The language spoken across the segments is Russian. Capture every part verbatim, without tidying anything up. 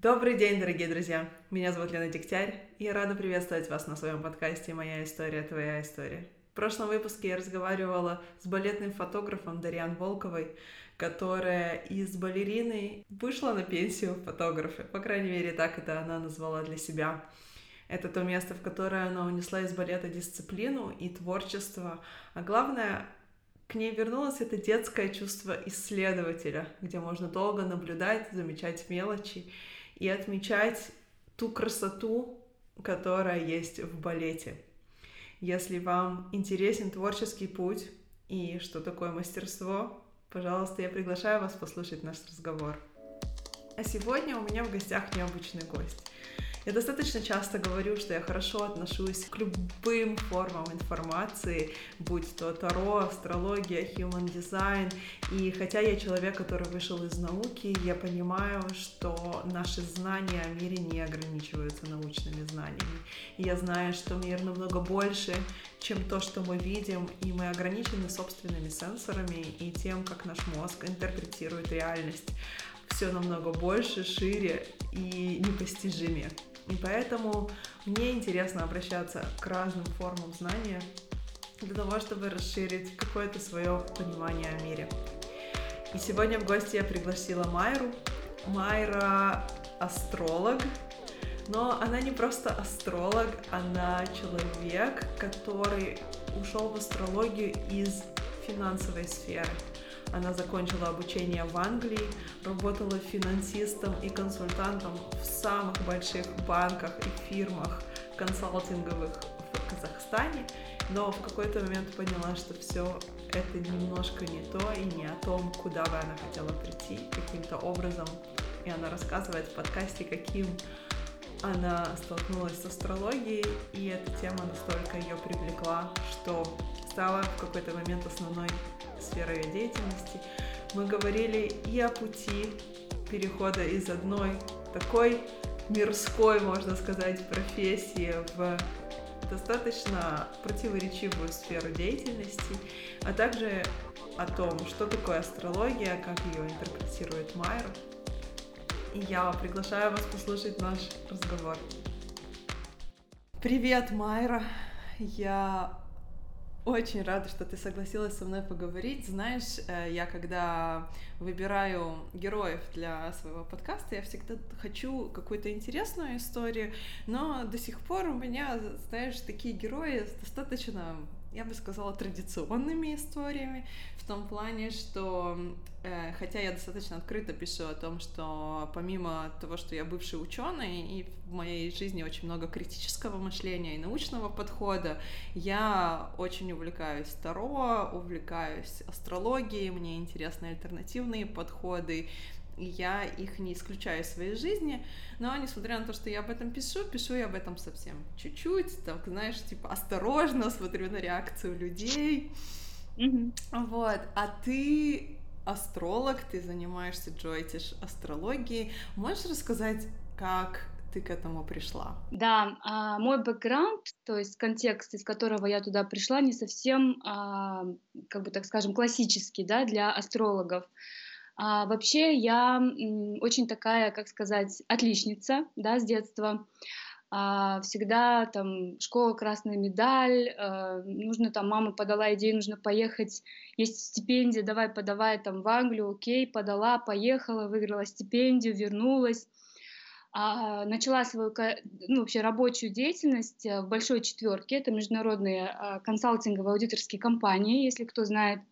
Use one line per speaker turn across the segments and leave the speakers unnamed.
Добрый день, дорогие друзья! Меня зовут Лена Дегтярь, и я рада приветствовать вас на своем подкасте «Моя история, твоя история». В прошлом выпуске я разговаривала с балетным фотографом Дарьян Волковой, которая из балерины вышла на пенсию фотографа. По крайней мере, так это она назвала для себя. Это то место, в которое она унесла из балета дисциплину и творчество, а главное, к ней вернулось это детское чувство исследователя, где можно долго наблюдать, замечать мелочи и отмечать ту красоту, которая есть в балете. Если вам интересен творческий путь и что такое мастерство, пожалуйста, я приглашаю вас послушать наш разговор. А сегодня у меня в гостях необычный гость. Я достаточно часто говорю, что я хорошо отношусь к любым формам информации, будь то таро, астрология, human design. И хотя я человек, который вышел из науки, я понимаю, что наши знания о мире не ограничиваются научными знаниями. И я знаю, что мир намного больше, чем то, что мы видим, и мы ограничены собственными сенсорами и тем, как наш мозг интерпретирует реальность. Все намного больше, шире и непостижимее. И поэтому мне интересно обращаться к разным формам знания для того, чтобы расширить какое-то свое понимание о мире. И сегодня в гости я пригласила Майру. Майра астролог, но она не просто астролог, она человек, который ушел в астрологию из финансовой сферы. Она закончила обучение в Англии, работала финансистом и консультантом в самых больших банках и фирмах консалтинговых в Казахстане, но в какой-то момент поняла, что все это немножко не то и не о том, куда бы она хотела прийти каким-то образом. И она рассказывает в подкасте, каким она столкнулась с астрологией, и эта тема настолько ее привлекла, что стала в какой-то момент основной сферой ее деятельности. Мы говорили и о пути перехода из одной такой мирской, можно сказать, профессии в достаточно противоречивую сферу деятельности, а также о том, что такое астрология, как ее интерпретирует Майра. И я приглашаю вас послушать наш разговор. Привет, Майра! Я очень рада, что ты согласилась со мной поговорить. Знаешь, я когда выбираю героев для своего подкаста, я всегда хочу какую-то интересную историю, но до сих пор у меня, знаешь, такие герои достаточно, я бы сказала, традиционными историями, в том плане, что э, хотя я достаточно открыто пишу о том, что помимо того, что я бывший ученый, и в моей жизни очень много критического мышления и научного подхода, я очень увлекаюсь таро, увлекаюсь астрологией, мне интересны альтернативные подходы, и я их не исключаю из своей жизни, но несмотря на то, что я об этом пишу, пишу я об этом совсем чуть-чуть, так, знаешь, типа осторожно смотрю на реакцию людей. Mm-hmm. Вот, а ты астролог, ты занимаешься джойтиш астрологией. Можешь рассказать, как ты к этому пришла?
Да, а, мой бэкграунд, то есть контекст, из которого я туда пришла, не совсем, а, как бы так скажем, классический, да, для астрологов. А, вообще я м, очень такая, как сказать, отличница, да, с детства. А, всегда там школа, красная медаль, а, нужно там, мама подала идею, нужно поехать, есть стипендия, давай подавай там в Англию, окей, подала, поехала, выиграла стипендию, вернулась. А, начала свою, ну, вообще рабочую деятельность в большой четверке, это международные а, консалтинговые аудиторские компании, если кто знает,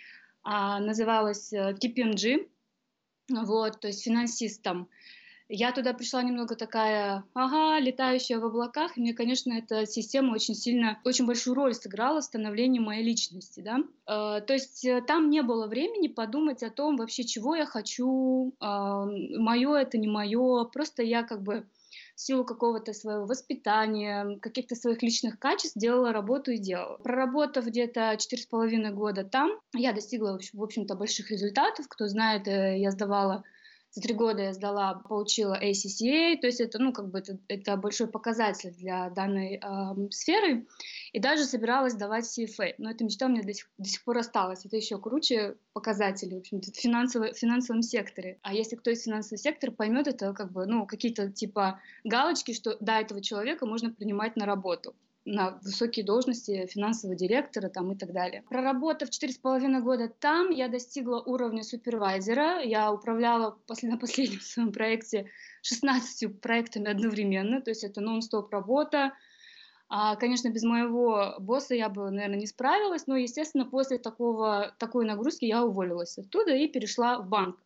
а, называлась кей пи эм джи, вот, то есть финансистом. Я туда пришла немного такая, ага, летающая в облаках, и мне, конечно, эта система очень сильно, очень большую роль сыграла в становлении моей личности, да. Э, то есть э, там не было времени подумать о том вообще, чего я хочу, э, мое это, не мое, просто я как бы в силу какого-то своего воспитания, каких-то своих личных качеств делала работу и делала. Проработав где-то четыре с половиной года там, я достигла, в общем-то, больших результатов. Кто знает, я сдавала За три года я сдала, получила A C C A, то есть это, ну, как бы это, это большой показатель для данной ам, сферы. И даже собиралась сдавать C F A, но эта мечта у меня до сих, до сих пор осталась. Это еще круче показатели, в общем-то, в, финансово- в финансовом секторе. А если кто из финансового сектора поймет, это как бы, ну, какие-то типа галочки, что да, этого человека можно принимать на работу на высокие должности финансового директора там, и так далее. Проработав четыре с половиной года там, я достигла уровня супервайзера. Я управляла после, на последнем своем проекте шестнадцатью проектами одновременно, то есть это нон-стоп работа. А, конечно, без моего босса я бы, наверное, не справилась, но, естественно, после такого, такой нагрузки я уволилась оттуда и перешла в банк.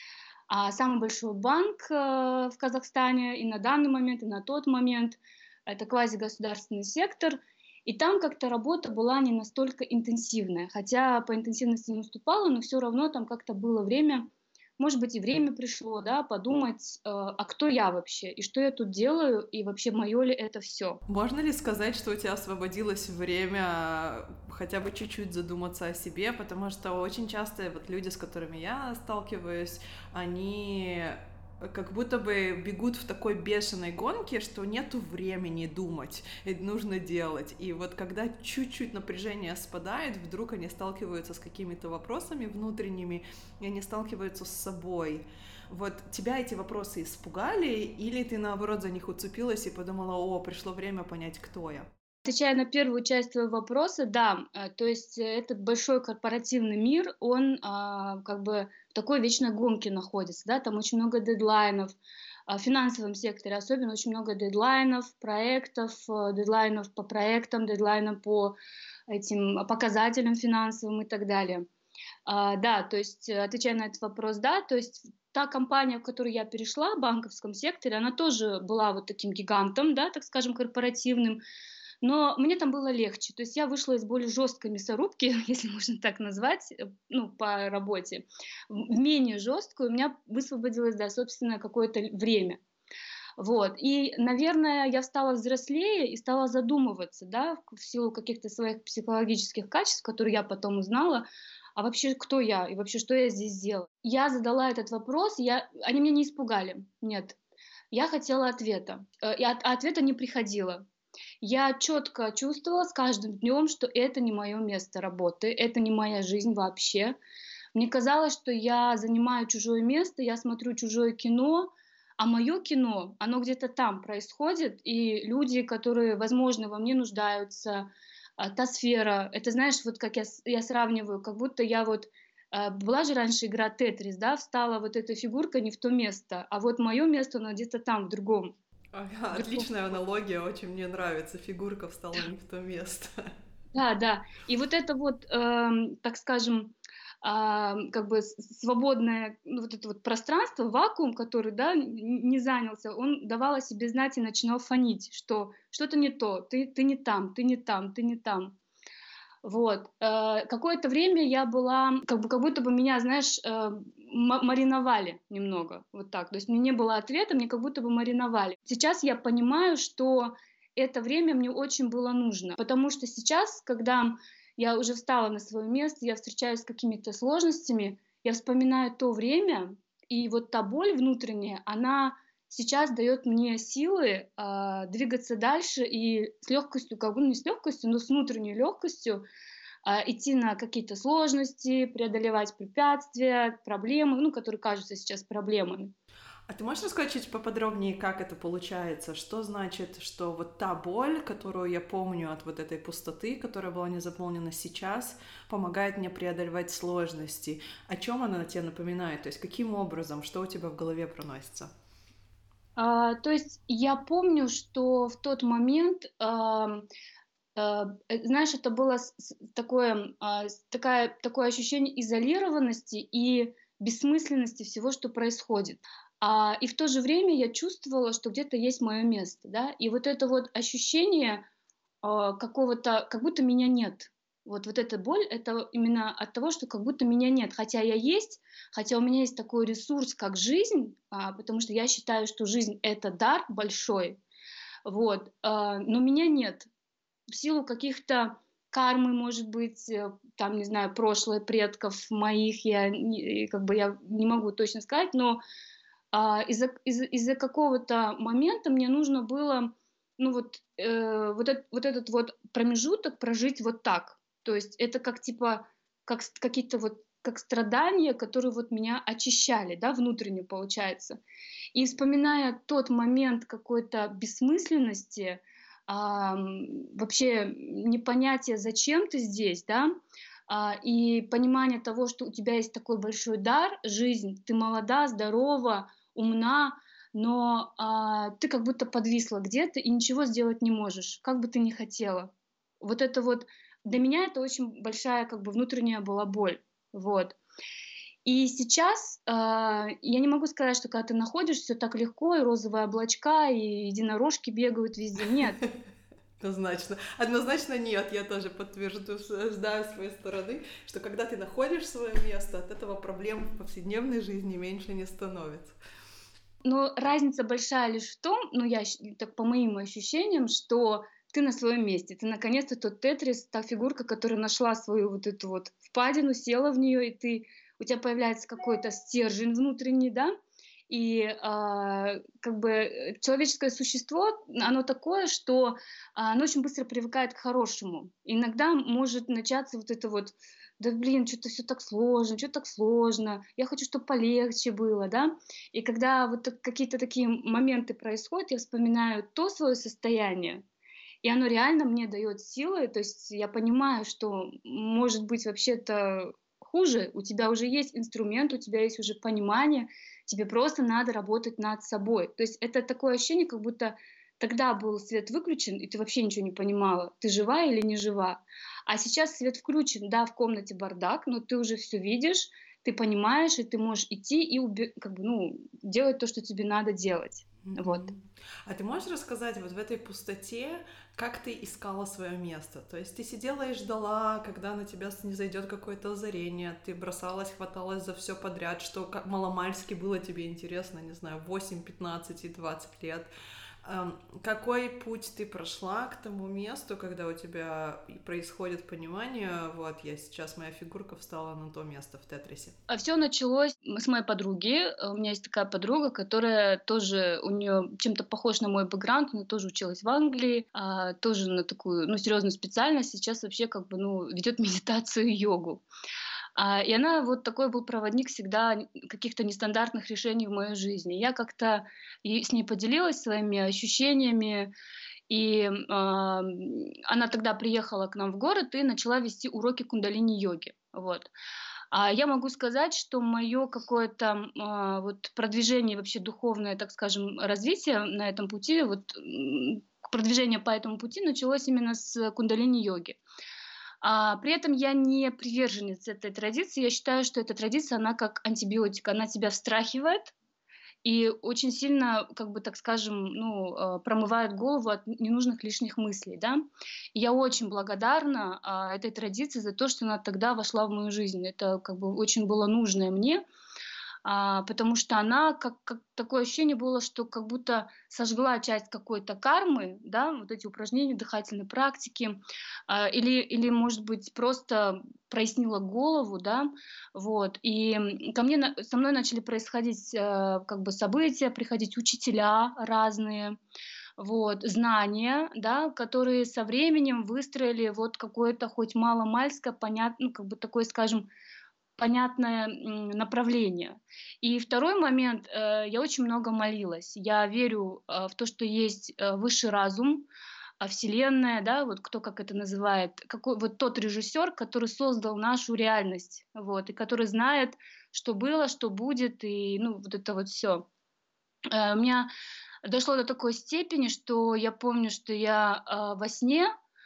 А самый большой банк э, в Казахстане и на данный момент, и на тот момент — это квазигосударственный сектор, и там как-то работа была не настолько интенсивная, хотя по интенсивности не уступала, но все равно там как-то было время, может быть, и время пришло, да, подумать, э, а кто я вообще, и что я тут делаю, и вообще мое ли это все.
Можно ли сказать, что у тебя освободилось время хотя бы чуть-чуть задуматься о себе, потому что очень часто вот люди, с которыми я сталкиваюсь, они как будто бы бегут в такой бешеной гонке, что нету времени думать, и нужно делать. И вот когда чуть-чуть напряжение спадает, вдруг они сталкиваются с какими-то вопросами внутренними, и они сталкиваются с собой. Вот тебя эти вопросы испугали, или ты, наоборот, за них уцепилась и подумала: о, пришло время понять, кто я?
Отвечая на первую часть твоего вопроса, да, э, то есть э, этот большой корпоративный мир, он а, как бы в такой вечной гонке находится, да, там очень много дедлайнов, а в финансовом секторе особенно очень много дедлайнов, проектов, э, дедлайнов по проектам, дедлайнов по этим показателям финансовым и так далее. А, да, то есть, э, отвечая на этот вопрос, да, то есть та компания, в которую я перешла, в банковском секторе, она тоже была вот таким гигантом, да, так скажем, корпоративным, но мне там было легче. То есть я вышла из более жесткой мясорубки, если можно так назвать, э, ну, по работе, в в менее жесткую. У меня высвободилось, да, собственно, какое-то л- время. Вот. И, наверное, я стала взрослее и стала задумываться, да, в в силу каких-то своих психологических качеств, которые я потом узнала, а вообще кто я и вообще что я здесь делаю. Я задала этот вопрос, я, они меня не испугали, нет. Я хотела ответа, э, и от- а ответа не приходило. Я четко чувствовала с каждым днем, что это не мое место работы, это не моя жизнь вообще. Мне казалось, что я занимаю чужое место, я смотрю чужое кино, а мое кино, оно где-то там происходит, и люди, которые, возможно, во мне нуждаются, а, та сфера, это, знаешь, вот как я, с- я сравниваю, как будто я вот а, была же раньше игра Тетрис, да, встала вот эта фигурка не в то место, а вот мое место, оно где-то там, в другом.
Ага,
В другом.
отличная аналогия, очень мне нравится. Фигурка встала не в то место.
Да, да. И вот это вот, эм, так скажем, ам, как бы с свободное, ну, вот это вот пространство, вакуум, который, да, н не занялся, он давал о себе знать и начинал фонить, что что-то не то, ты ты не там, ты не там, ты не там. Вот. Э, какое-то время я была, как бы, как будто бы меня, знаешь, э, ма мариновали немного, вот так. То есть мне не было ответа, мне как будто бы мариновали. Сейчас я понимаю, что это время мне очень было нужно, потому что сейчас, когда я уже встала на свое место, я встречаюсь с какими-то сложностями, я вспоминаю то время, и вот та боль внутренняя, она сейчас дает мне силы а, двигаться дальше и с легкостью, как бы, ну, не с легкостью, но с внутренней легкостью а, идти на какие-то сложности, преодолевать препятствия, проблемы, ну, которые кажутся сейчас проблемами.
А ты можешь рассказать чуть поподробнее, как это получается? Что значит, что вот та боль, которую я помню от вот этой пустоты, которая была не заполнена сейчас, помогает мне преодолевать сложности? О чем она тебе напоминает? То есть каким образом? Что у тебя в голове проносится?
А, то есть я помню, что в тот момент, ам, а, э, знаешь, это было с- с- такое, а, с- такая, такое ощущение изолированности и бессмысленности всего, что происходит. А, и в то же время я чувствовала, что где-то есть мое место, да, и вот это вот ощущение а, какого-то, как будто меня нет. Вот, вот эта боль — это именно от того, что как будто меня нет. Хотя я есть, хотя у меня есть такой ресурс, как жизнь, а, потому что я считаю, что жизнь — это дар большой, вот, а, но меня нет. В силу каких-то кармы, может быть, э, там, не знаю, прошлое предков моих, я не, как бы я не могу точно сказать, но а, из-за из из-за какого-то момента мне нужно было, ну вот, э, вот эт вот этот вот промежуток прожить вот так. То есть это как типа, как ст какие-то вот как страдания, которые вот меня очищали, да, внутренне получается. И вспоминая тот момент какой-то бессмысленности, ам, вообще непонятия, зачем ты здесь, да, а, и понимание того, что у тебя есть такой большой дар, жизнь, ты молода, здорова, умна, но а, ты как будто подвисла где-то и ничего сделать не можешь, как бы ты ни хотела. Вот это вот для меня это очень большая как бы внутренняя была боль. Вот. И сейчас, а, я не могу сказать, что когда ты находишь, всё так легко, и розовые облачка, и единорожки бегают везде. Нет.
Однозначно. Однозначно нет. Я тоже подтверждаю с своей стороны, что когда ты находишь свое место, от этого проблем в повседневной жизни меньше не становится.
Но разница большая лишь в том, ну, я щ так по моим ощущениям, что ты на своем месте. Ты наконец-то тот тетрис, та фигурка, которая нашла свою вот эту вот впадину, села в нее, и ты у тебя появляется какой-то стержень внутренний, да. И, а, как бы, э, человеческое существо, оно такое, что а, оно очень быстро привыкает к хорошему. Иногда может начаться вот это вот: "Да блин, чё-то всё так сложно, чё так сложно, я хочу, чтоб полегче было", да. И когда вот так какие-то такие моменты происходят, я вспоминаю то свое состояние, и оно реально мне дает силы. То есть я понимаю, что, может быть, вообще-то хуже. У тебя уже есть инструмент, у тебя есть уже понимание, тебе просто надо работать над собой. То есть это такое ощущение, как будто тогда был свет выключен, и ты вообще ничего не понимала, ты жива или не жива. А сейчас свет включен, да, в комнате бардак, но ты уже всё видишь, ты понимаешь, и ты можешь идти и убе как бы, ну, делать то, что тебе надо делать. Вот.
Мгм. А ты можешь рассказать вот в этой пустоте, как ты искала свое место? То есть ты сидела и ждала, когда на тебя снизойдет какое-то озарение, ты бросалась, хваталась за все подряд, что как маломальски было тебе интересно, не знаю, восемь, пятнадцать и двадцать лет. Ам, какой путь ты прошла к тому месту, когда у тебя и происходит понимание: вот я сейчас, моя фигурка встала на то место в тетрисе?
А всё началось, м, с моей подруги. Э, у меня есть такая подруга, которая тоже, у нее чем-то похож на мой бэкграунд. Она тоже училась в Англии, а, тоже на такую, ну, серьезную специальность. Сейчас вообще как бы, ну, ведет медитацию и йогу. А, и она вот такой был проводник всегда н каких-то нестандартных решений в моей жизни. Я как-то и с ней поделилась своими ощущениями, и, ам, она тогда приехала к нам в город и начала вести уроки кундалини-йоги. Вот. А я могу сказать, что мое какое-то, м, а, вот продвижение, вообще духовное, так скажем, развитие на этом пути, вот, м, продвижение по этому пути началось именно с кундалини-йоги. А, при этом я не приверженец этой традиции. Я считаю, что эта традиция, она как антибиотик. Она тебя встрахивает и очень сильно, как бы, так скажем, ну, э, промывает голову от н ненужных лишних мыслей, да. И я очень благодарна, а, этой традиции за то, что она тогда вошла в мою жизнь. Это как бы очень было нужное мне, а, потому что она как как такое ощущение было, что как будто сожгла часть какой-то кармы, да, вот эти упражнения, дыхательные практики, а, или или, может быть, просто прояснила голову, да. Вот. И, м, ко мне на со мной начали происходить, э, как бы события, приходить учителя разные, вот, знания, да, которые со временем выстроили вот какое-то хоть мало-мальское понят ну, как бы такое, скажем, понятное, м, направление. И второй момент, э, я очень много молилась. Я верю, а, в то, что есть, э, высший разум, а, Вселенная, да, вот кто как это называет, какой вот тот режиссер, который создал нашу реальность, вот, и который знает, что было, что будет, и, ну, вот это вот всё. Э, у меня дошло до такой степени, что я помню, что я, а, во сне,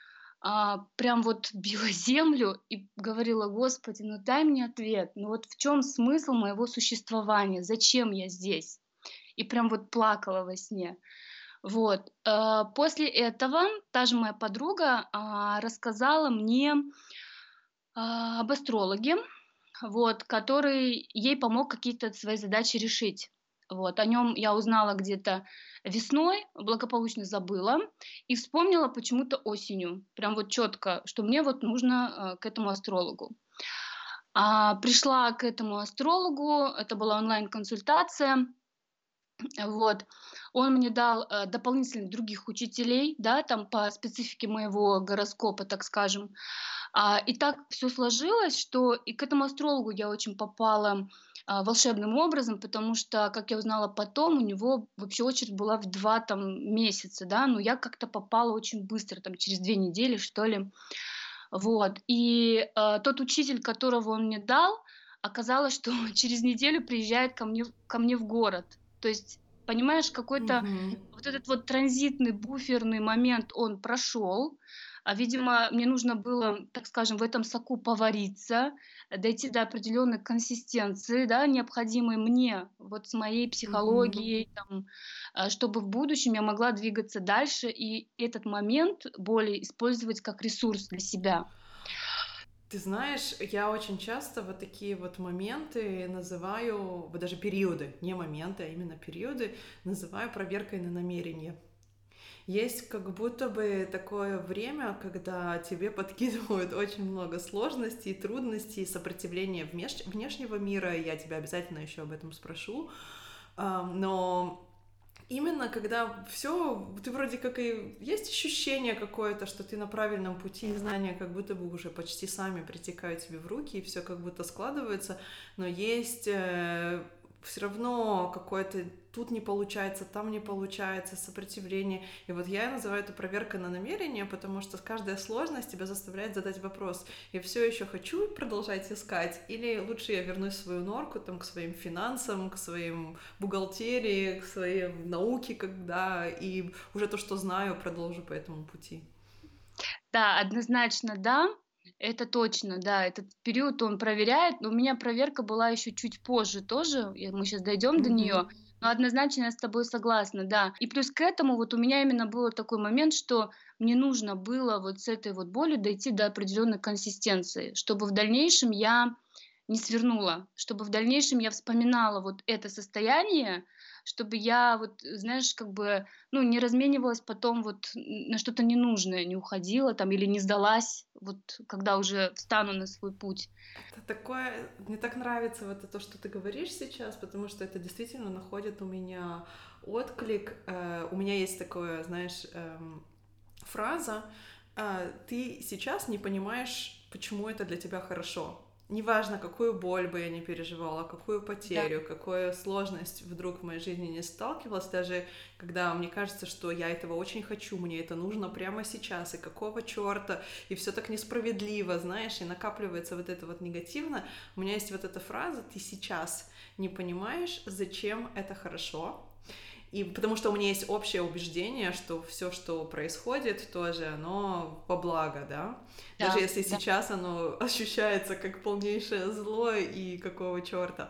а, прям вот била землю и говорила: "Господи, ну дай мне ответ, ну вот в чем смысл моего существования, зачем я здесь?" И прям вот плакала во сне. Вот. Э, после этого та же моя подруга, а, рассказала мне, а, об астрологе, вот, который ей помог какие-то свои задачи решить. Вот. О нем я узнала где-то весной, благополучно забыла и вспомнила почему-то осенью. Прям вот четко, что мне вот нужно, э, к этому астрологу. А, пришла к этому астрологу, это была онлайн-консультация. Вот. Он мне дал, э, дополнительных других учителей, да, там по специфике моего гороскопа, так скажем. А, и так все сложилось, что и к этому астрологу я очень попала, а, волшебным образом, потому что, как я узнала потом, у него вообще очередь была в два там месяца, да, но я как-то попала очень быстро, там через две недели, что ли. Вот. И, э, тот учитель, которого он мне дал, оказалось, что через неделю приезжает ко мне в ко мне в город. То есть, понимаешь, какой-то
Мгм.
вот этот вот транзитный, буферный момент, он прошел. А, видимо, мне нужно было, так скажем, в этом соку повариться, э, дойти до определенной консистенции, да, необходимой мне, вот с моей
Мгм.
психологией, там, а, чтобы в будущем я могла двигаться дальше и этот момент более использовать как ресурс для себя.
Ты знаешь, я очень часто вот такие вот моменты называю, вот даже периоды, не моменты, а именно периоды, называю проверкой на намерение. Есть как будто бы такое время, когда тебе подкидывают очень много сложностей, трудностей, сопротивления внеш- внешнего мира, и я тебя обязательно еще об этом спрошу. Ам, Но именно когда все, ты вроде как и есть ощущение какое-то, что ты на правильном пути, и знания как будто бы уже почти сами притекают тебе в руки, и все как будто складывается, но есть все равно какое-то тут не получается, там не получается, сопротивление. И вот я называю это проверка на намерение, потому что каждая сложность тебя заставляет задать вопрос: я все еще хочу продолжать искать, или лучше я вернусь в свою норку, там, к своим финансам, к своим бухгалтерии, к своей науке, когда и уже то, что знаю, продолжу по этому пути.
Да, однозначно да, это точно, да, этот период он проверяет. Но у меня проверка была еще чуть позже тоже, и мы сейчас дойдем до
Угу.
нее. Но однозначно я с тобой согласна, да. И плюс к этому вот у меня именно был такой момент, что мне нужно было вот с этой вот болью дойти до определенной консистенции, чтобы в дальнейшем я не свернула, чтобы в дальнейшем я вспоминала вот это состояние, чтобы я вот, э, знаешь, как бы, ну, не разменивалась потом вот н на что-то ненужное, не уходила там или не сдалась, вот когда уже встану на свой путь.
Это такое, мне так нравится вот то, что ты говоришь сейчас, потому что это действительно находит у меня отклик. Э, У меня есть такое, знаешь, эм, фраза: э, ты сейчас не понимаешь, почему это для тебя хорошо. Неважно, какую боль бы я ни переживала, какую
Да.
потерю, какую сложность вдруг в моей жизни не сталкивалась, даже когда мне кажется, что я этого очень хочу, мне это нужно прямо сейчас, и какого черта, и все так несправедливо, знаешь, и накапливается вот это вот негативно. У меня есть вот эта фраза: ты сейчас не понимаешь, зачем это хорошо, и потому что у меня есть общее убеждение, что все, что происходит, тоже оно во благо, да. Даже
Да,
если
да.
сейчас оно ощущается как полнейшее зло и какого черта.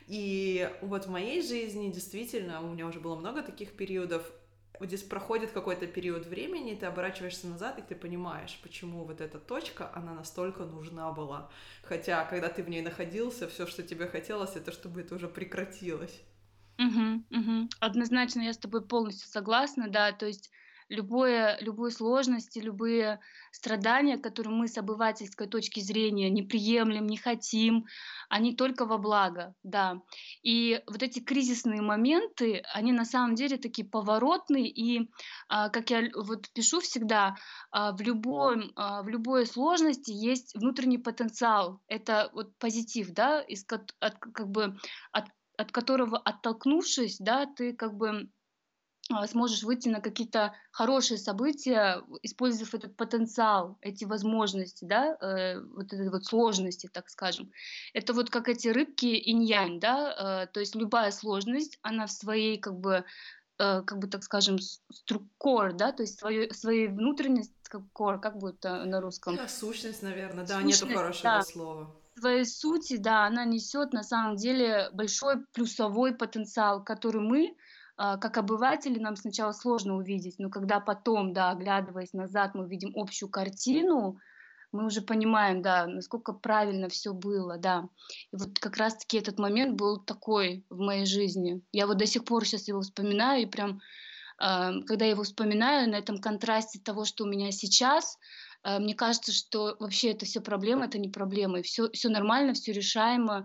И вот в моей жизни действительно, у меня уже было много таких периодов, вот здесь проходит какой-то период времени, ты оборачиваешься назад, и ты понимаешь, почему вот эта точка, она настолько нужна была. Хотя, когда ты в ней находился, все, что тебе хотелось, это чтобы это уже прекратилось.
Мгм, мгм. Однозначно я с тобой полностью согласна, да. То есть любое любые сложности, любые страдания, которые мы с обывательской точки зрения не приемлем, не хотим, они только во благо, да. И вот эти кризисные моменты, они на самом деле такие поворотные. И, а, как я ль вот пишу всегда, а, в любом а, в любой сложности есть внутренний потенциал. Это вот позитив, да, из кот от как бы от от которого, оттолкнувшись, да, ты как бы, а, сможешь выйти на какие-то хорошие события, в использовав этот потенциал, эти возможности, да, э, вот этой вот сложности, так скажем. Это вот как эти рыбки инь-янь, да, э, то есть любая сложность, она в своей как бы, э, как бы, так скажем, с стру core, да, то есть свою своей внутренность, как core, как будет, э, на русском?
Да, сущность, наверное, да, нету
Сущность,
хорошего
да.
слова.
Своей сути, да, она несет на самом деле большой плюсовой потенциал, который мы, а, как обыватели, нам сначала сложно увидеть, но когда потом, да, оглядываясь назад, мы видим общую картину, мы уже понимаем, да, насколько правильно все было, да. И вот как раз-таки этот момент был такой в моей жизни. Я вот до сих пор сейчас его вспоминаю, и прям Ам, когда я его вспоминаю, на этом контрасте того, что у меня сейчас, а, мне кажется, что вообще это все проблема, это не проблема, и всё всё нормально, все решаемо.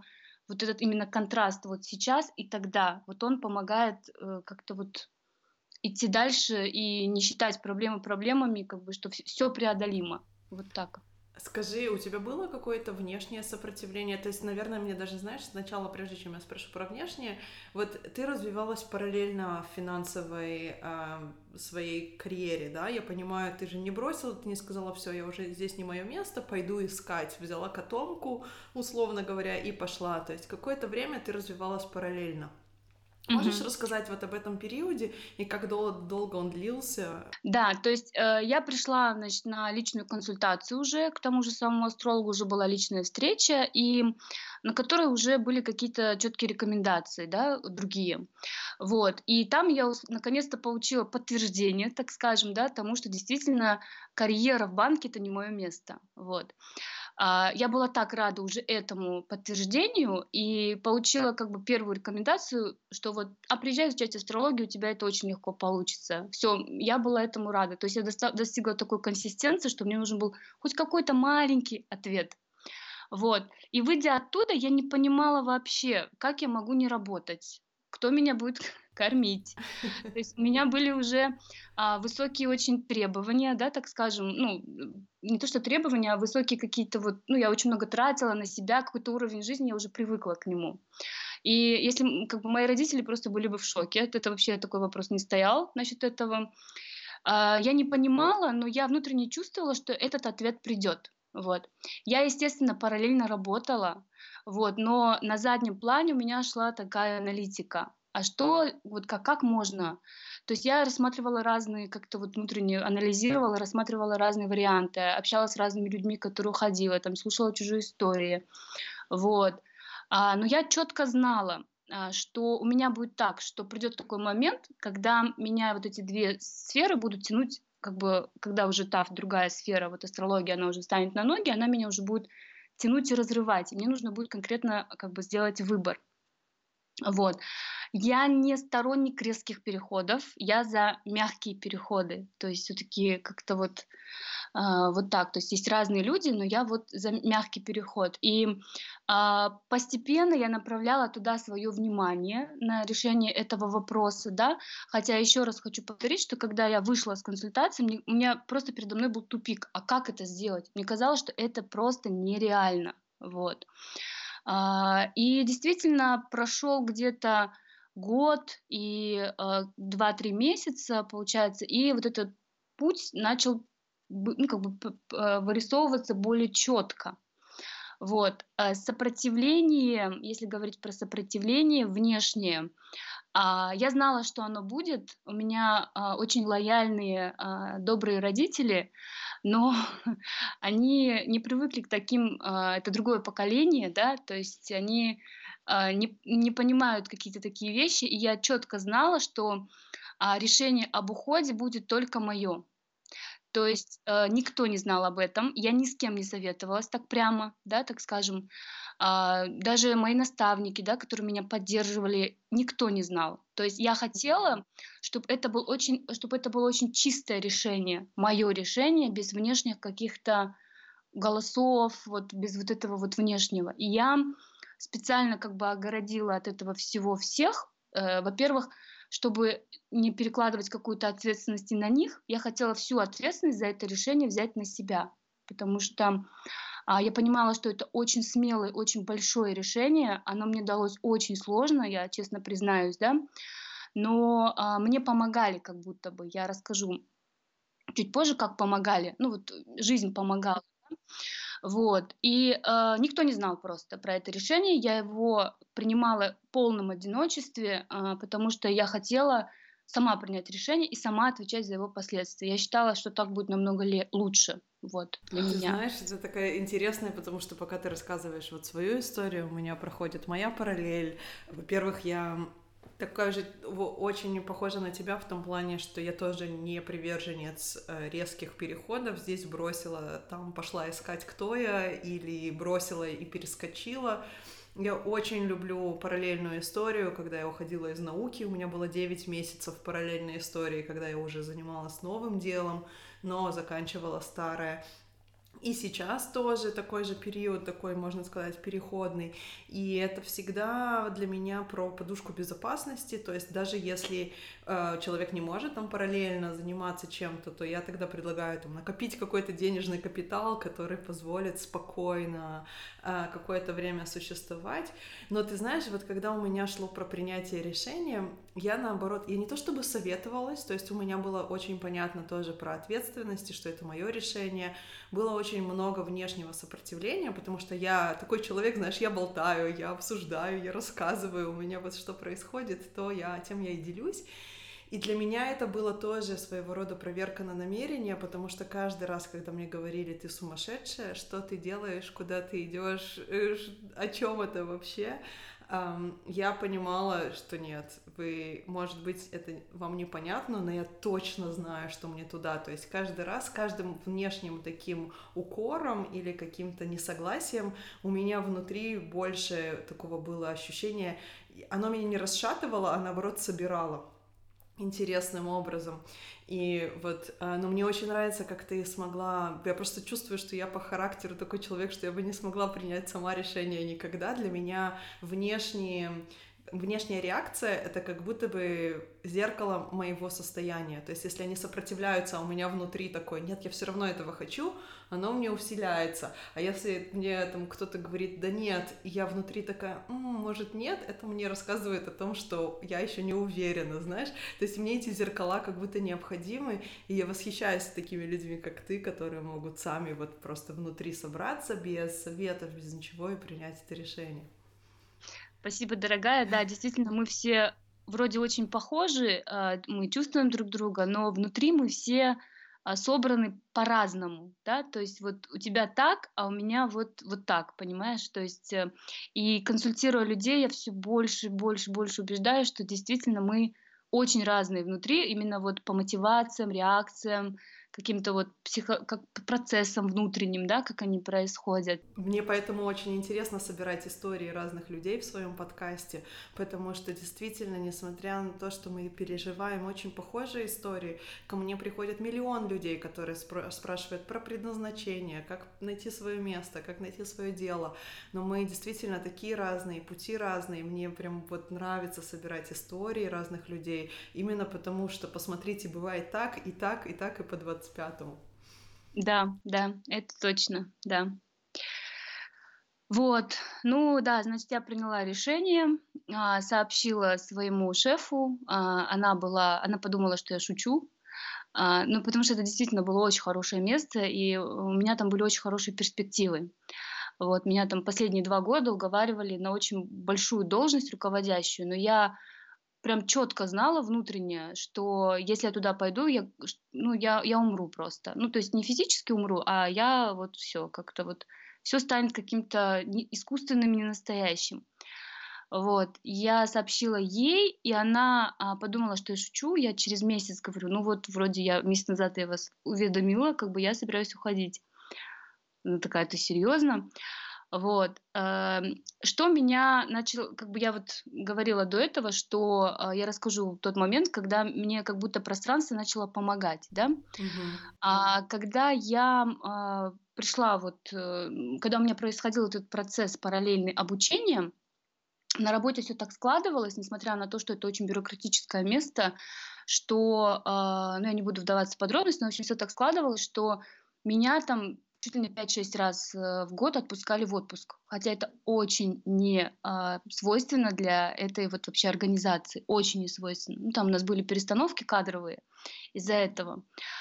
вот этот именно контраст вот сейчас и тогда, вот он помогает э, как-то вот идти дальше и не считать проблемы проблемами, как бы, что все преодолимо. Вот так.
Скажи, у тебя было какое-то внешнее сопротивление? То есть, наверное, мне даже, знаешь, сначала, прежде чем я спрошу про внешнее, вот ты развивалась параллельно в финансовой э, своей карьере, да? Я понимаю, ты же не бросила, ты не сказала, все, я уже здесь не мое место, пойду искать. Взяла котомку, условно говоря, и пошла. То есть какое-то время ты развивалась параллельно. Можешь
Мгм.
рассказать вот об этом периоде и как дол- долго он длился?
Да, то есть, э, я пришла, значит, на личную консультацию уже, к тому же самому астрологу уже была личная встреча, и на которой уже были какие-то четкие рекомендации, да, другие. Вот, и там я ус наконец-то получила подтверждение, так скажем, да, тому, что действительно карьера в банке — это не мое место. Вот. А, я была так рада уже этому подтверждению и получила как бы первую рекомендацию, что вот: "А приезжай изучать астрологию, у тебя это очень легко получится". Все, я была этому рада. То есть я доста достигла такой консистенции, что мне нужен был хоть какой-то маленький ответ. Вот. И выйдя оттуда, я не понимала вообще, как я могу не работать, кто меня будет кормить. То есть у меня были уже, а, высокие очень требования, да, так скажем. Ну, м, не то что требования, а высокие какие-то вот, ну, я очень много тратила на себя, какой-то уровень жизни, я уже привыкла к нему. И если, м, как бы мои родители просто были бы в шоке, это это вообще такой вопрос не стоял насчет этого. А, я не понимала, но я внутренне чувствовала, что этот ответ придет. Вот. Я, естественно, параллельно работала, вот, но на заднем плане у меня шла такая аналитика. А что, вот как, как можно? То есть я рассматривала разные, как-то вот внутренне анализировала, рассматривала разные варианты, общалась с разными людьми, которые уходила, там, слушала чужие истории. Вот. А, но я четко знала, а, что у меня будет так, что придет такой момент, когда меня вот эти две сферы будут тянуть, как бы, когда уже та другая сфера, вот астрология, она уже встанет на ноги, она меня уже будет тянуть и разрывать. И мне нужно будет конкретно как бы сделать выбор. Вот. Я не сторонник резких переходов, я за мягкие переходы. То есть все таки как-то вот, а, вот так. То есть есть разные люди, но я вот за мягкий переход. И, а, постепенно я направляла туда свое внимание, на решение этого вопроса, да. Хотя еще раз хочу повторить, что когда я вышла с консультации, мне у меня просто передо мной был тупик. А как это сделать? Мне казалось, что это просто нереально. Вот. А, и действительно, прошел где-то год и, э, два-три месяца, получается, и вот этот путь начал бы ну, как бы п п э, вырисовываться более четко. Вот. Э, сопротивление, если говорить про сопротивление внешнее, а, я знала, что оно будет. У меня, а, очень лояльные, а, добрые родители, но они не привыкли к таким, а, это другое поколение, да, то есть они, а, не не понимают какие-то такие вещи. И я четко знала, что, а, решение об уходе будет только мое. То есть, э, никто не знал об этом, я ни с кем не советовалась так прямо, да, так скажем. А, даже мои наставники, да, которые меня поддерживали, никто не знал. То есть я хотела, чтобы это был очень чтобы это было очень чистое решение, мое решение, без внешних каких-то голосов, вот без вот этого вот внешнего. И я специально как бы огородила от этого всего всех. Э, во-первых, чтобы не перекладывать какую-то ответственность и на них, я хотела всю ответственность за это решение взять на себя. Потому что, а, я понимала, что это очень смелое, очень большое решение. Оно мне далось очень сложно, я честно признаюсь, да. Но, а, мне помогали как будто бы. Я расскажу чуть позже, как помогали. Ну вот, э, жизнь помогала. Вот. И, э, никто не знал просто про это решение. Я его принимала в полном одиночестве, а, потому что я хотела сама принять решение и сама отвечать за его последствия. Я считала, что так будет намного ле лучше, вот, для
Ты
меня.
знаешь, это такая интересная, потому что пока ты рассказываешь вот свою историю, у меня проходит моя параллель. Во-первых, я такая же во- очень похожа на тебя в том плане, что я тоже не приверженец э, резких переходов. Здесь бросила, там пошла искать, кто я, или бросила и перескочила. Я очень люблю параллельную историю, когда я уходила из науки, у меня было девять месяцев параллельной истории, когда я уже занималась новым делом, но заканчивала старое. И сейчас тоже такой же период, такой, можно сказать, переходный. И это всегда для меня про подушку безопасности. То есть даже если э, человек не может там параллельно заниматься чем-то, то я тогда предлагаю там накопить какой-то денежный капитал, который позволит спокойно э, какое-то время существовать. Но ты знаешь, вот когда у меня шло про принятие решения, я наоборот, я не то чтобы советовалась, то есть у меня было очень понятно тоже про ответственность, и что это мое решение. Было очень много внешнего сопротивления, потому что я такой человек, знаешь, я болтаю, я обсуждаю, я рассказываю, у меня вот что происходит, то я тем я и делюсь. И для меня это было тоже своего рода проверка на намерение, потому что каждый раз, когда мне говорили, ты сумасшедшая, что ты делаешь, куда ты идешь, о чем это вообще, я понимала, что нет, вы, может быть, это вам непонятно, но я точно знаю, что мне туда. То есть каждый раз, каждым внешним таким укором или каким-то несогласием у меня внутри больше такого было ощущения, оно меня не расшатывало, а наоборот собирало интересным образом. И вот, ну, мне очень нравится, как ты смогла... Я просто чувствую, что я по характеру такой человек, что я бы не смогла принять сама решение никогда. Для меня внешние... Внешняя реакция — это как будто бы зеркало моего состояния. То есть если они сопротивляются, а у меня внутри такой, нет, я все равно этого хочу, оно мне усиляется. А если мне там кто-то говорит, да нет, и я внутри такая, м, может нет, это мне рассказывает о том, что я еще не уверена, знаешь. То есть мне эти зеркала как будто необходимы, и я восхищаюсь такими людьми, как ты, которые могут сами вот просто внутри собраться без советов, без ничего и принять это решение.
Спасибо, дорогая. Да, действительно, мы все вроде очень похожи, а, мы чувствуем друг друга, но внутри мы все а, собраны по-разному, да, то есть вот у тебя так, а у меня вот, вот так, понимаешь, то есть э, и консультируя людей, я все больше, больше, больше убеждаюсь, что действительно мы очень разные внутри, именно вот по мотивациям, реакциям, каким-то вот психо, как процессам внутренним, да, как они происходят.
Мне поэтому очень интересно собирать истории разных людей в своем подкасте, потому что действительно, несмотря на то, что мы переживаем очень похожие истории, ко мне приходят миллион людей, которые спро- спрашивают про предназначение, как найти свое место, как найти свое дело. Но мы действительно такие разные, пути разные. Мне прям вот нравится собирать истории разных людей, именно потому что, посмотрите, бывает так, и так, и так, и по двадцать пятому.
Да, да, это точно, да. Вот, ну да, значит, я приняла решение, а, сообщила своему шефу. А, она была она подумала, что я шучу, а, ну, потому что это действительно было очень хорошее место, и у меня там были очень хорошие перспективы. Вот, меня там последние два года уговаривали на очень большую должность руководящую, но я прям четко знала внутренне, что если я туда пойду, я, ш ну, я я умру просто. Ну, то есть не физически умру, а я вот все как-то вот все станет каким-то не искусственным, ненастоящим. Вот. Я сообщила ей, и она, а, подумала, что я шучу. Я через месяц говорю: "Ну вот, вроде я месяц назад я вас уведомила, как бы я собираюсь уходить". Она такая: "Ты серьезно?" Вот, эм, что меня начал как бы я вот говорила до этого, что, а, я расскажу тот момент, когда мне как будто пространство начало помогать, да.
Угу.
А, когда я, а, пришла вот, э, м, когда у меня происходил этот процесс параллельный обучения, на работе все так складывалось, несмотря на то, что это очень бюрократическое место, что, а, ну, я не буду вдаваться в подробности, но, в общем, всё так складывалось, что меня там чуть ли не пять-шесть раз, э, в год отпускали в отпуск. Хотя это очень не, а, свойственно для этой вот вообще организации, очень не свойственно. Ну, там у нас были перестановки кадровые из-за этого.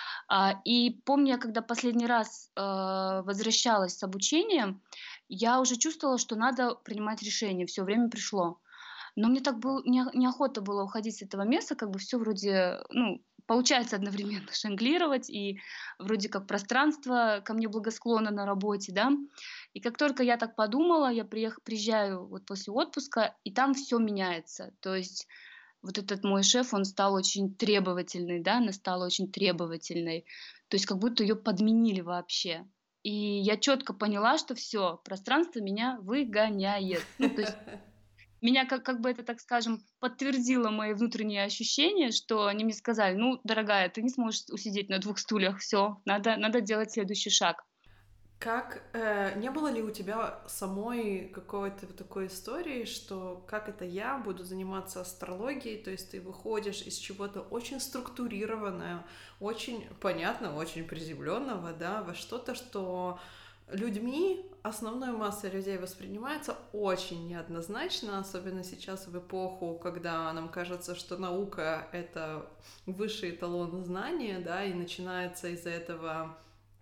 А, и помню, я когда последний раз, а, возвращалась с обучения, я уже чувствовала, что надо принимать решение, все время пришло. Но мне так был нео неохота было уходить с этого места, как бы все вроде, ну, получается одновременно жонглировать, и вроде как пространство ко мне благосклонно на работе, да. И как только я так подумала, я приех приезжаю вот после отпуска, и там все меняется. То есть вот этот мой шеф, он стал очень требовательный, да, она стала очень требовательной. То есть как будто ее подменили вообще. И я четко поняла, что все, пространство меня выгоняет. Ну, то есть меня как как бы это, так скажем, подтвердило мои внутренние ощущения, что они мне сказали: "Ну, дорогая, ты не сможешь усидеть на двух стульях, все, надо надо делать следующий шаг".
Как э, не было ли у тебя самой какой-то вот такой истории, что как это я буду заниматься астрологией, то есть ты выходишь из чего-то очень структурированного, очень понятного, очень приземленного, да, во что-то, что людьми, основной массой людей воспринимается очень неоднозначно, особенно сейчас в эпоху, когда нам кажется, что наука — это высший эталон знания, да, и начинается из-за этого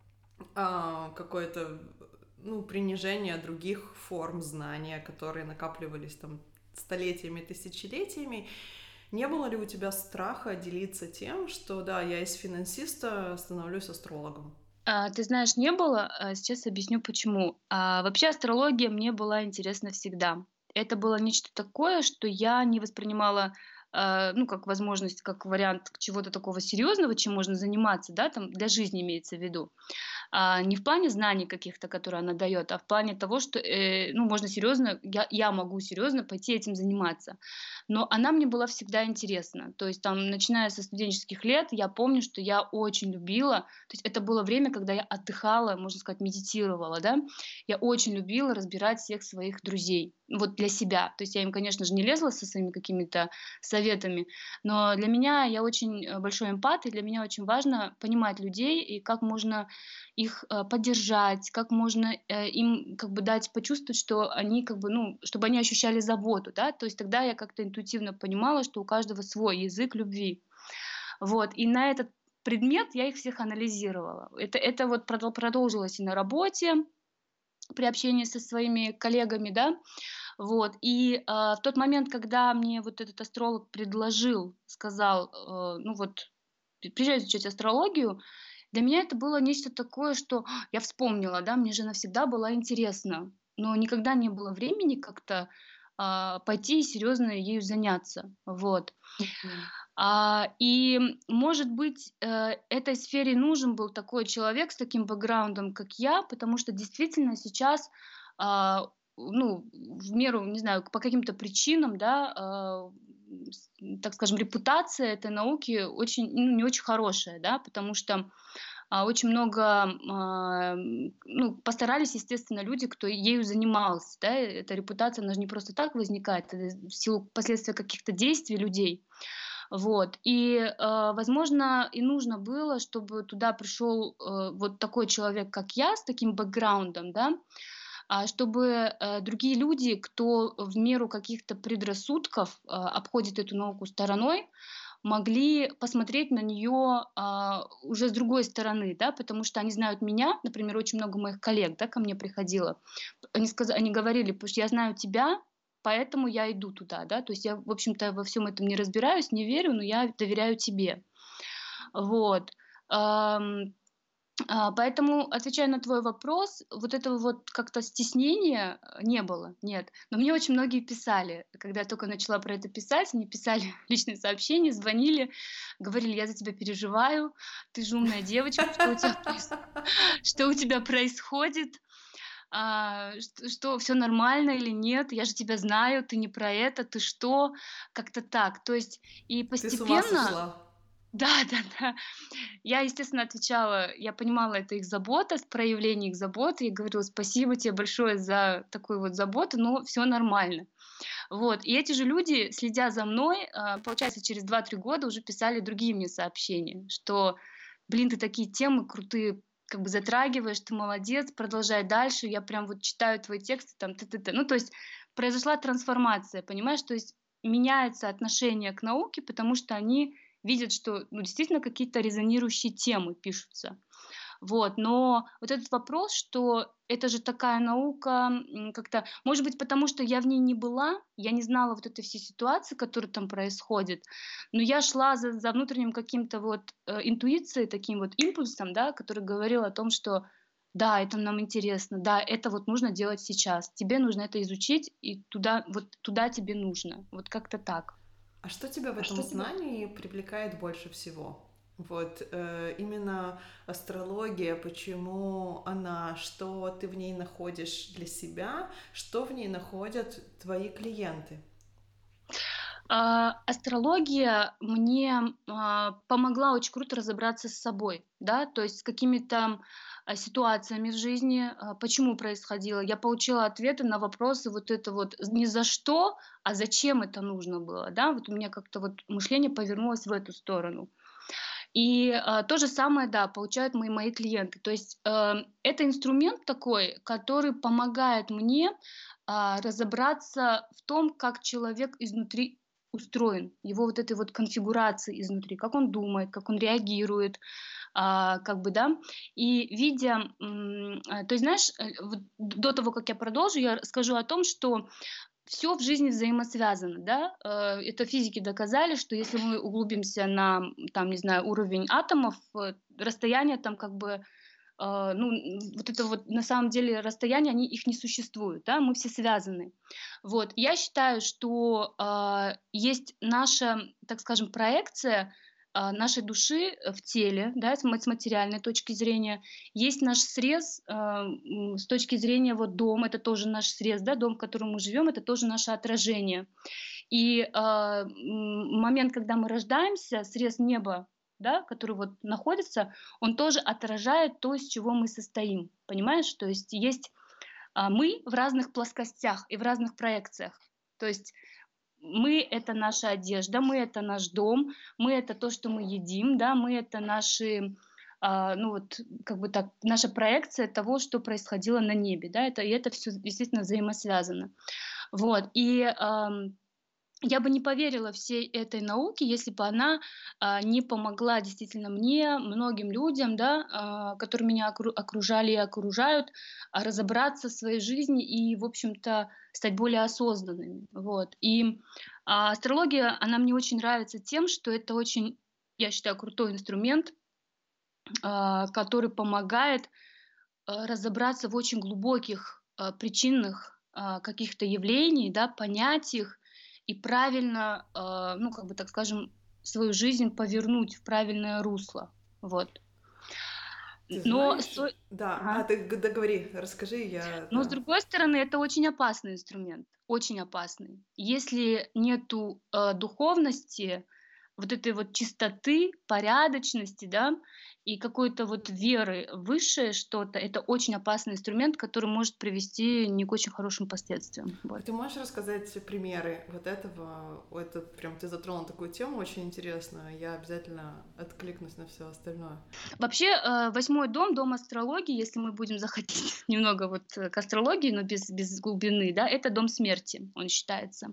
а, какое-то, ну, принижение других форм знания, которые накапливались там столетиями, тысячелетиями. Не было ли у тебя страха делиться тем, что да, я из финансиста становлюсь астрологом?
А, ты знаешь, не было. А, сейчас объясню почему. А, вообще астрология мне была интересна всегда. Это было нечто такое, что я не воспринимала, а, ну, как возможность, как вариант чего-то такого серьезного, чем можно заниматься, да, там для жизни имеется в виду. А, не в плане знаний каких-то, которые она дает, а в плане того, что, э, ну, можно серьезно, я, я могу серьезно пойти этим заниматься. Но она мне была всегда интересна. То есть там, начиная со студенческих лет, я помню, что я очень любила, то есть это было время, когда я отдыхала, можно сказать, медитировала, да. Я очень любила разбирать всех своих друзей, вот для себя. То есть я им, конечно же, не лезла со своими какими-то советами, но для меня я очень э, большой эмпат, и для меня очень важно понимать людей и как можно их э, поддержать, как можно э, им как бы дать почувствовать, что они как бы, ну, чтобы они ощущали заботу, да, то есть тогда я как-то интуитивно понимала, что у каждого свой язык любви, вот, и на этот предмет я их всех анализировала. Это, это вот продол- продолжилось и на работе, при общении со своими коллегами, да, вот. И э, в тот момент, когда мне вот этот астролог предложил, сказал, э, ну вот, приезжай изучать астрологию, для меня это было нечто такое, что «А, я вспомнила, да, мне же навсегда была интересна, но никогда не было времени как-то а, пойти и серьезно ею заняться, вот.
Мгм.
А, и, может быть, э, этой сфере нужен был такой человек с таким бэкграундом, как я, потому что действительно сейчас, а, ну, в меру, не знаю, по каким-то причинам, да, а, с так скажем, репутация этой науки очень, ну, не очень хорошая, да, потому что а, очень много, а, м, ну, постарались, естественно, люди, кто ею занимался, да. Эта репутация, она же не просто так возникает, это в силу последствия каких-то действий людей. Вот. И, э, возможно, и нужно было, чтобы туда пришел э, вот такой человек, как я, с таким бэкграундом, да, а, чтобы э, другие люди, кто в меру каких-то предрассудков э, обходит эту науку стороной, могли посмотреть на нее а, уже с другой стороны, да, потому что они знают меня, например, очень много моих коллег, да, ко мне приходило, они, сказ... они говорили, потому что я знаю тебя, поэтому я иду туда, да, то есть я, в общем-то, во всем этом не разбираюсь, не верю, но я доверяю тебе, вот. Ам, а, поэтому, отвечая на твой вопрос, вот этого вот как-то стеснения э, не было, нет. Но мне очень многие писали, когда я только начала про это писать, мне писали личные сообщения, звонили, говорили: "Я за тебя переживаю, ты же умная девочка, что у тебя проис что у тебя происходит, а, чт что всё нормально или нет? Я же тебя знаю, ты не про это, ты что?" Как-то так. То есть и
Ты с ума
постепенно
сошла.
да-да-да. Я, естественно, отвечала, я понимала, это их забота, с проявление их заботы. Я говорила: "Спасибо тебе большое за такую вот заботу, но все нормально". Вот. И эти же люди, следя за мной, а, получается, через два-три года уже писали другие мне сообщения, что: "Блин, ты такие темы крутые как бы затрагиваешь, ты молодец, продолжай дальше. Я прям вот читаю твои тексты там т-т-т". Ну, то есть произошла трансформация, понимаешь? То есть меняется отношение к науке, потому что они видят, что, ну, действительно какие-то резонирующие темы пишутся. Вот, но вот этот вопрос, что это же такая наука, м, как-то, может быть, потому что я в ней не была, я не знала вот этой всей ситуации, которая там происходит, но я шла за, за внутренним каким-то вот э, интуицией, таким вот импульсом, да, который говорил о том, что да, это нам интересно, да, это вот нужно делать сейчас, тебе нужно это изучить, и туда, вот туда тебе нужно, вот как-то так.
А что тебя в
А что
этом
тебя?
знании привлекает больше всего? Вот э, именно астрология, почему она, что ты в ней находишь для себя, что в ней находят твои клиенты?
А, астрология мне, а, помогла очень круто разобраться с собой, да, то есть с какими-то, а, ситуациями в жизни, а, почему происходило. Я получила ответы на вопросы вот это вот з не за что, а зачем это нужно было, да. Вот у меня как-то вот мышление повернулось в эту сторону. И, а, то же самое, да, получают мои мои клиенты. То есть, э, это инструмент такой, который помогает мне, а, разобраться в том, как человек изнутри устроен, его вот этой вот конфигурации изнутри, как он думает, как он реагирует, а, как бы, да. И видя, м, а, то есть, знаешь, э, вот до того, как я продолжу, я скажу о том, что все в жизни взаимосвязано, да. Э, это физики доказали, что если мы углубимся на, м, там, не знаю, уровень атомов, э, расстояние там как бы, а, ну, н вот это вот на самом деле расстояния, они их не существует, да, мы все связаны. Вот, я считаю, что, а, есть наша, так скажем, проекция, а, нашей души, э, в теле, да, с ма с материальной точки зрения. Есть наш срез, а, м, с точки зрения вот дом — это тоже наш срез, да, дом, в котором мы живем — это тоже наше отражение. И, а, м, момент, когда мы рождаемся, срез неба, да, который вот находится, он тоже отражает то, из чего мы состоим. Понимаешь? То есть есть, а, мы в разных плоскостях и в разных проекциях. То есть мы — это наша одежда, мы — это наш дом, мы — это то, что мы едим, да, мы — это наши, а, ну вот, как бы так, наша проекция того, что происходило на небе, да, это, и это все действительно взаимосвязано. Вот, и, ам, я бы не поверила всей этой науке, если бы она, а, не помогла действительно мне, многим людям, да, а, которые меня окру окружали и окружают, а, разобраться в своей жизни и, в общем-то, стать более осознанными. Вот. И, а, астрология, она мне очень нравится тем, что это очень, я считаю, крутой инструмент, а, который помогает, а, разобраться в очень глубоких, а, причинных, а, каких-то явлений, да, понять их и правильно, а, ну, как бы, так скажем, свою жизнь повернуть в правильное русло. Вот. Н
Ты
но
знаешь,
сто
да,
Ага.
а ты г договори, расскажи, я,
Но, с
да.
другой стороны, это очень опасный инструмент, очень опасный. Если нету, э, духовности, вот этой вот чистоты, порядочности, да, и какой-то вот веры в высшее что-то, это очень опасный инструмент, который может привести не к очень хорошим последствиям.
А
Вот.
ты можешь рассказать примеры вот этого? О, это прям ты затронул такую тему очень интересную. Я обязательно откликнусь на все остальное.
Вообще, э, восьмой дом, дом астрологии, если мы будем заходить немного вот, э, к астрологии, но без без глубины, да, это дом смерти, он считается.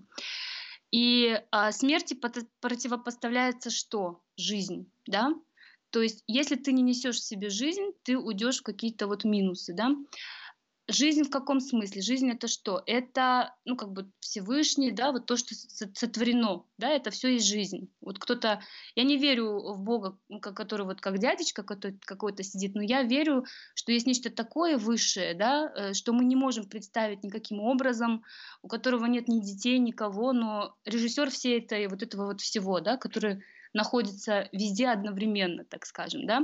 И, а, смерти пото противопоставляется что? Жизнь, да. То есть если ты не несешь в себе жизнь, ты уйдешь в какие-то вот минусы, да. Жизнь в каком смысле? Жизнь — это что? Это, ну, как бы Всевышний, да, вот то, что со сотворено, да, это все есть жизнь. Вот кто-то, я не верю в Бога, ну, ка который вот как дядечка кото какой-то сидит, но я верю, что есть нечто такое высшее, да, э, что мы не можем представить никаким образом, у которого нет ни детей, никого, но режиссер всей этой вот этого вот всего, да, который находится везде одновременно, так скажем, да.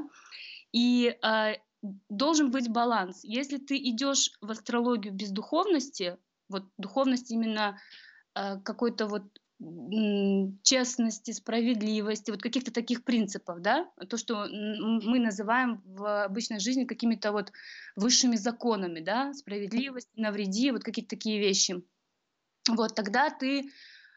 И, а, должен быть баланс. Если ты идешь в астрологию без духовности, вот духовность именно, а, какой-то вот, м, честности, справедливости, вот каких-то таких принципов, да, то, что н мы называем в обычной жизни какими-то вот высшими законами, да, справедливость, не навреди, вот какие-то такие вещи. Вот тогда ты,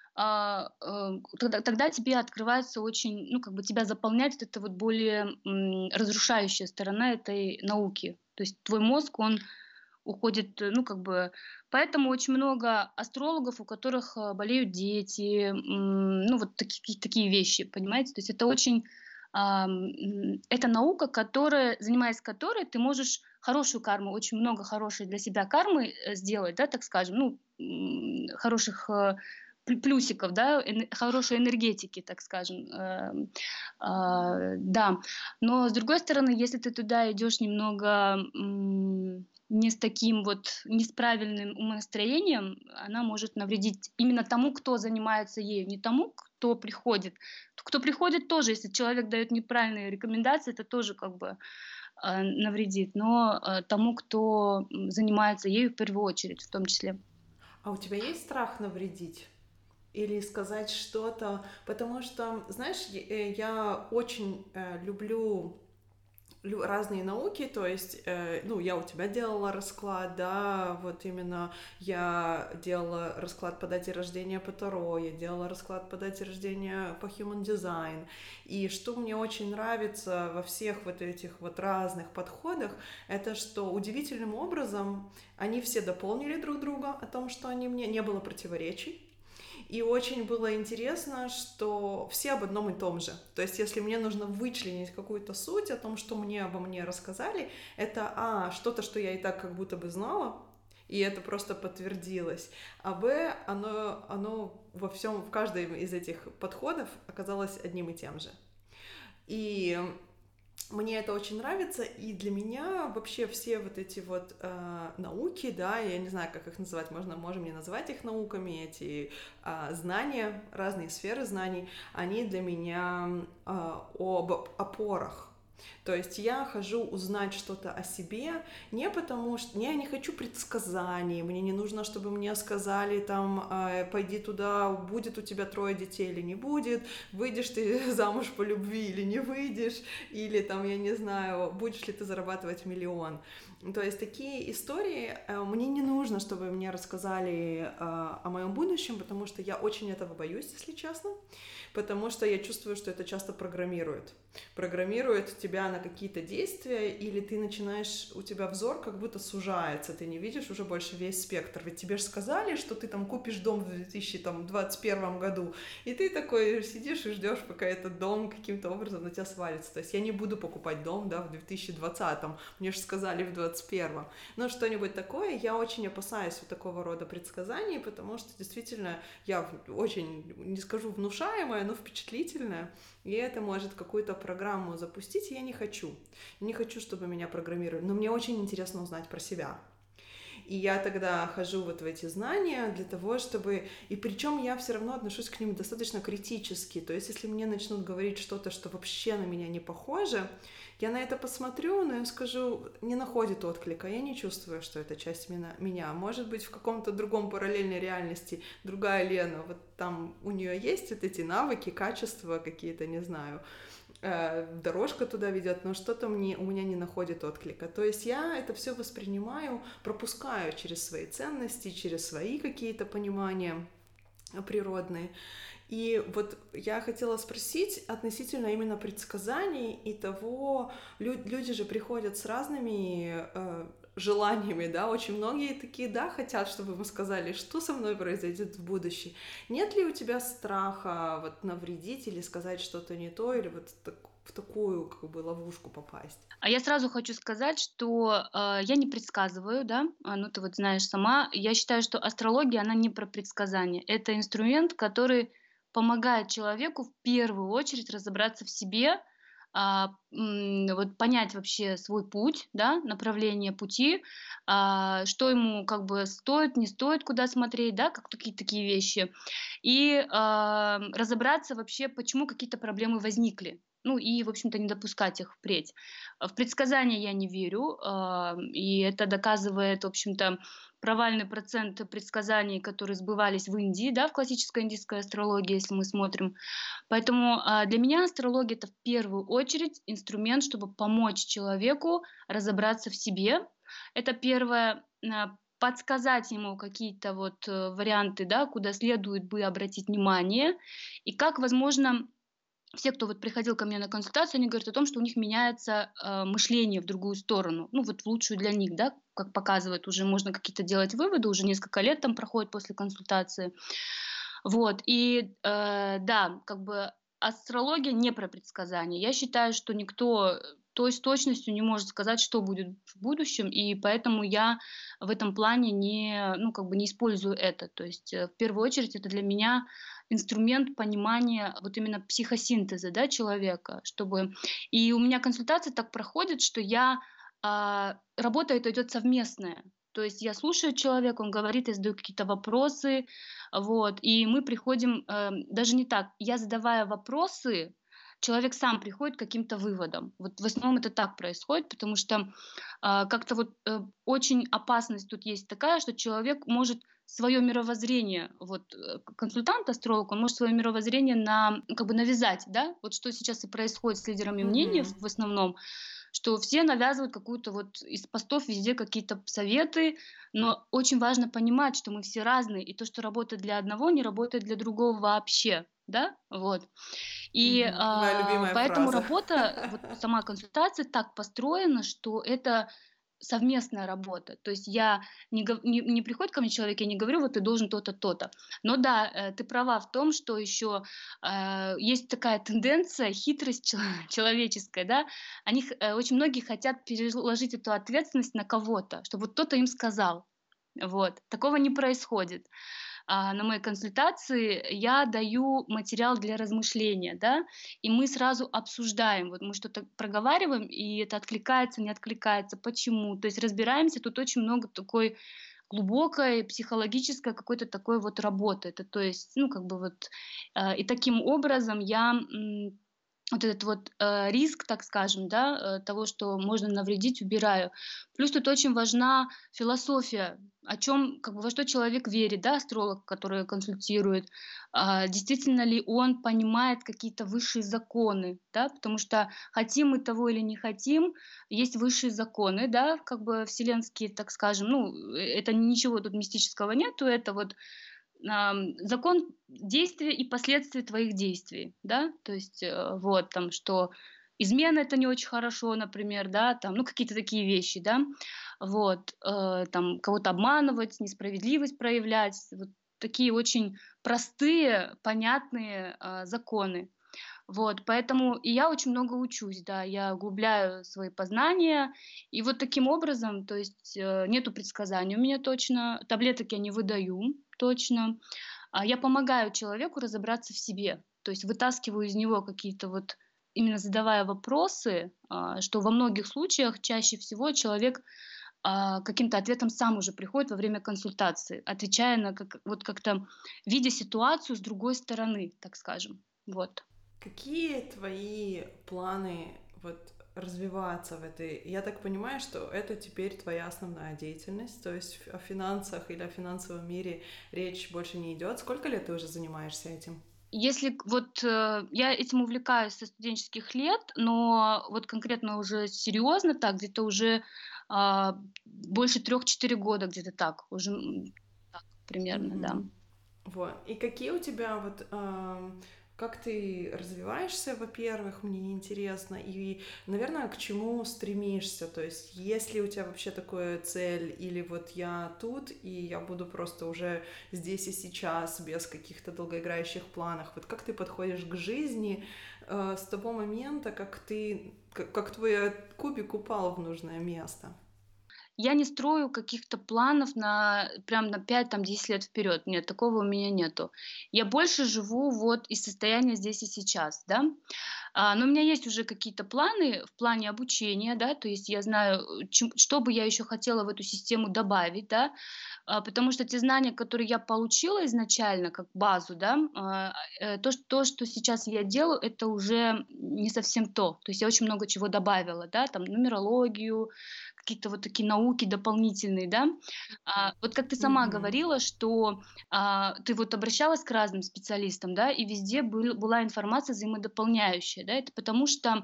а, э, тогда тогда тебе открывается очень, ну, как бы тебя заполняет вот эта вот более, м, разрушающая сторона этой науки. То есть твой мозг, он уходит, э, ну, как бы. Поэтому очень много астрологов, у которых, а, болеют дети, м, ну, вот таки такие вещи, понимаете? То есть это очень, ам, м, это наука, которая, занимаясь которой, ты можешь хорошую карму, очень много хорошей для себя кармы, э, сделать, да, так скажем, ну, м, хороших, э, плю плюсиков, да, эне хорошей энергетики, так скажем, эм, а, да. Но, с другой стороны, если ты туда идешь немного, м, не с таким вот, не с правильным умонастроением, она может навредить именно тому, кто занимается ею, не тому, кто приходит. Т Кто приходит, тоже, если человек дает неправильные рекомендации, это тоже как бы, а, навредит, но, э, тому, кто, м, занимается ею в первую очередь в том числе.
А у тебя есть страх навредить? или сказать что-то, потому что, знаешь, я э, я очень э, люблю лю- разные науки, то есть, э, ну, я у тебя делала расклад, да, вот именно я делала расклад по дате рождения по Таро, я делала расклад по дате рождения по Human Design, и что мне очень нравится во всех вот этих вот разных подходах, это что удивительным образом они все дополнили друг друга о том, что они мне, не было противоречий, и очень было интересно, что все об одном и том же. То есть, если мне нужно вычленить какую-то суть о том, что мне обо мне рассказали, это а, что-то, что я и так как будто бы знала, и это просто подтвердилось. А Б, оно, оно во всем, в каждом из этих подходов оказалось одним и тем же. И мне это очень нравится, и для меня вообще все вот эти вот э, науки, да, я не знаю, как их называть, можно, можем не называть их науками, эти э, знания, разные сферы знаний, они для меня э, об опорах. То есть я хожу узнать что-то о себе не потому, что я не хочу предсказаний, мне не нужно, чтобы мне сказали там, э, пойди туда, будет у тебя трое детей или не будет, выйдешь ты замуж по любви или не выйдешь, или там, я не знаю, будешь ли ты зарабатывать миллион. То есть такие истории э, мне не нужно, чтобы мне рассказали э, о моем будущем, потому что я очень этого боюсь, если честно, потому что я чувствую, что это часто программирует. Программирует тебя на какие-то действия, или ты начинаешь, у тебя взор как будто сужается, ты не видишь уже больше весь спектр. Ведь тебе же сказали, что ты там купишь дом в две тысячи двадцать первом году, и ты такой сидишь и ждешь, пока этот дом каким-то образом на тебя свалится. То есть я не буду покупать дом, да, в две тысячи двадцатом, мне же сказали в двадцать первом. Но что-нибудь такое, я очень опасаюсь вот такого рода предсказаний, потому что действительно я очень, не скажу внушаемая, но впечатлительная, и это может какую-то программу запустить, и я не хочу. Не хочу, чтобы меня программировали, но мне очень интересно узнать про себя. И я тогда хожу вот в эти знания для того, чтобы... И причем я все равно отношусь к ним достаточно критически. То есть если мне начнут говорить что-то, что вообще на меня не похоже, я на это посмотрю, но я скажу, не находит отклика, я не чувствую, что это часть меня. Может быть, в каком-то другом параллельной реальности другая Лена, вот там у нее есть вот эти навыки, качества какие-то, не знаю, дорожка туда ведет, но что-то мне, у меня не находит отклика. То есть я это все воспринимаю, пропускаю через свои ценности, через свои какие-то понимания природные. И вот я хотела спросить относительно именно предсказаний и того, лю- люди же приходят с разными э, желаниями, да, очень многие такие, да, хотят, чтобы мы сказали, что со мной произойдет в будущем. Нет ли у тебя страха вот навредить или сказать что-то не то, или вот так, в такую как бы ловушку попасть?
А я сразу хочу сказать, что, э, я не предсказываю, да, а, ну, ты вот знаешь сама. Я считаю, что астрология, она не про предсказания. Это инструмент, который помогает человеку в первую очередь разобраться в себе, а, м, вот понять вообще свой путь, да, направление пути, а, что ему как бы стоит, не стоит, куда смотреть, да, как такие такие вещи. И, а, разобраться вообще, почему какие-то проблемы возникли. Ну и, в общем-то, не допускать их впредь. А, в предсказания я не верю, а, и это доказывает, в общем-то, провальный процент предсказаний, которые сбывались в Индии, да, в классической индийской астрологии, если мы смотрим. Поэтому, а, для меня астрология — это в первую очередь инструмент, чтобы помочь человеку разобраться в себе. Это первое. А, подсказать ему какие-то вот, э, варианты, да, куда следует бы обратить внимание, и как, возможно, все, кто вот приходил ко мне на консультацию, они говорят о том, что у них меняется, э, мышление в другую сторону, ну, вот в лучшую для них, да, как показывает, уже можно какие-то делать выводы, уже несколько лет там проходит после консультации. Вот, и, э, да, как бы астрология не про предсказания. Я считаю, что никто, э, то с точностью не может сказать, что будет в будущем, и поэтому я в этом плане не, ну, как бы не использую это. То есть, э, в первую очередь это для меня инструмент понимания вот именно психосинтеза, да, человека, чтобы и у меня консультация так проходит, что я, а, работа эта идет совместная. То есть я слушаю человека, он говорит, я задаю какие-то вопросы, вот, и мы приходим, эм, даже не так, я задавая вопросы, человек сам приходит к каким-то выводам. Вот в основном это так происходит, потому что, а, как-то вот, э, очень опасность тут есть такая, что человек может свое мировоззрение, вот э, к- консультант, астролог, он может свое мировоззрение на, ну, как бы навязать, да, вот что сейчас и происходит с лидерами мнений в
Мгм.
в основном, что все навязывают какую-то вот из постов везде какие-то советы, но очень важно понимать, что мы все разные, и то, что работает для одного, не работает для другого вообще, да, вот. И,
Мгм. Моя
а,
любимая
поэтому
фраза.
работа, вот сама консультация так построена, что это совместная работа. То есть я не, гов- не, не приходит ко мне человек, я не говорю, вот ты должен то-то, то-то. Но да, э, ты права в том, что еще э, есть такая тенденция, хитрость чел- человеческая, да, они, х- э, очень многие хотят переложить эту ответственность на кого-то, чтобы вот кто-то им сказал. Вот. Такого не происходит. А, на моей консультации я даю материал для размышления, да, и мы сразу обсуждаем, вот мы что-то проговариваем, и это откликается, не откликается, почему, то есть разбираемся, тут очень много такой глубокой психологической какой-то такой вот работы, это то есть, ну, как бы вот, э, и таким образом я м, вот этот вот э, риск, так скажем, да, э, того, что можно навредить, убираю. Плюс тут очень важна философия, о чем, как бы, во что человек верит, да, астролог, который консультирует, а, действительно ли он понимает какие-то высшие законы, да, потому что хотим мы того или не хотим, есть высшие законы, да, как бы вселенские, так скажем, ну, э, это ничего тут мистического нету, это вот ам, закон действия и последствий твоих действий, да, то есть э, вот там, что измена это не очень хорошо, например, да, там, ну какие-то такие вещи, да, вот, э, там кого-то обманывать, несправедливость проявлять, вот такие очень простые, понятные а, законы. Вот, поэтому и я очень много учусь, да, я углубляю свои познания, и вот таким образом, то есть э, нету предсказаний у меня точно, таблеток я не выдаю точно, а я помогаю человеку разобраться в себе, то есть вытаскиваю из него какие-то вот, именно задавая вопросы, а, что во многих случаях чаще всего человек а, каким-то ответом сам уже приходит во время консультации, отвечая на как, вот как-то, видя ситуацию с другой стороны, так скажем, вот.
Какие твои планы вот развиваться в этой? Я так понимаю, что это теперь твоя основная деятельность, то есть о финансах или о финансовом мире речь больше не идет. Сколько лет ты уже занимаешься этим?
Если к вот, э, я этим увлекаюсь со студенческих лет, но вот конкретно уже серьезно так, где-то уже, а, больше трех-четыре года, где-то так, уже, м, так примерно, да.
Мгм. Вот. И какие у тебя вот, ам, как ты развиваешься, во-первых, мне интересно, и, наверное, к чему стремишься, то есть есть ли у тебя вообще такая цель, или вот я тут, и я буду просто уже здесь и сейчас, без каких-то долгоиграющих планов, вот как ты подходишь к жизни э, с того момента, как ты, как, как твой кубик упал в нужное место?
Я не строю каких-то планов на прям на пять там, десять лет вперед. Нет, такого у меня нету. Я больше живу вот из состояния здесь и сейчас, да. А, но у меня есть уже какие-то планы в плане обучения, да, то есть я знаю, э, чем что бы я еще хотела в эту систему добавить, да. А, потому что те знания, которые я получила изначально как базу, да, а, э, то, что то, что сейчас я делаю, это уже не совсем то. То есть я очень много чего добавила, да, там нумерологию, какие-то вот такие науки дополнительные, да. А, вот как ты сама
Мгм.
говорила, что, а, ты вот обращалась к разным специалистам, да, и везде был была информация взаимодополняющая, да. Это потому что,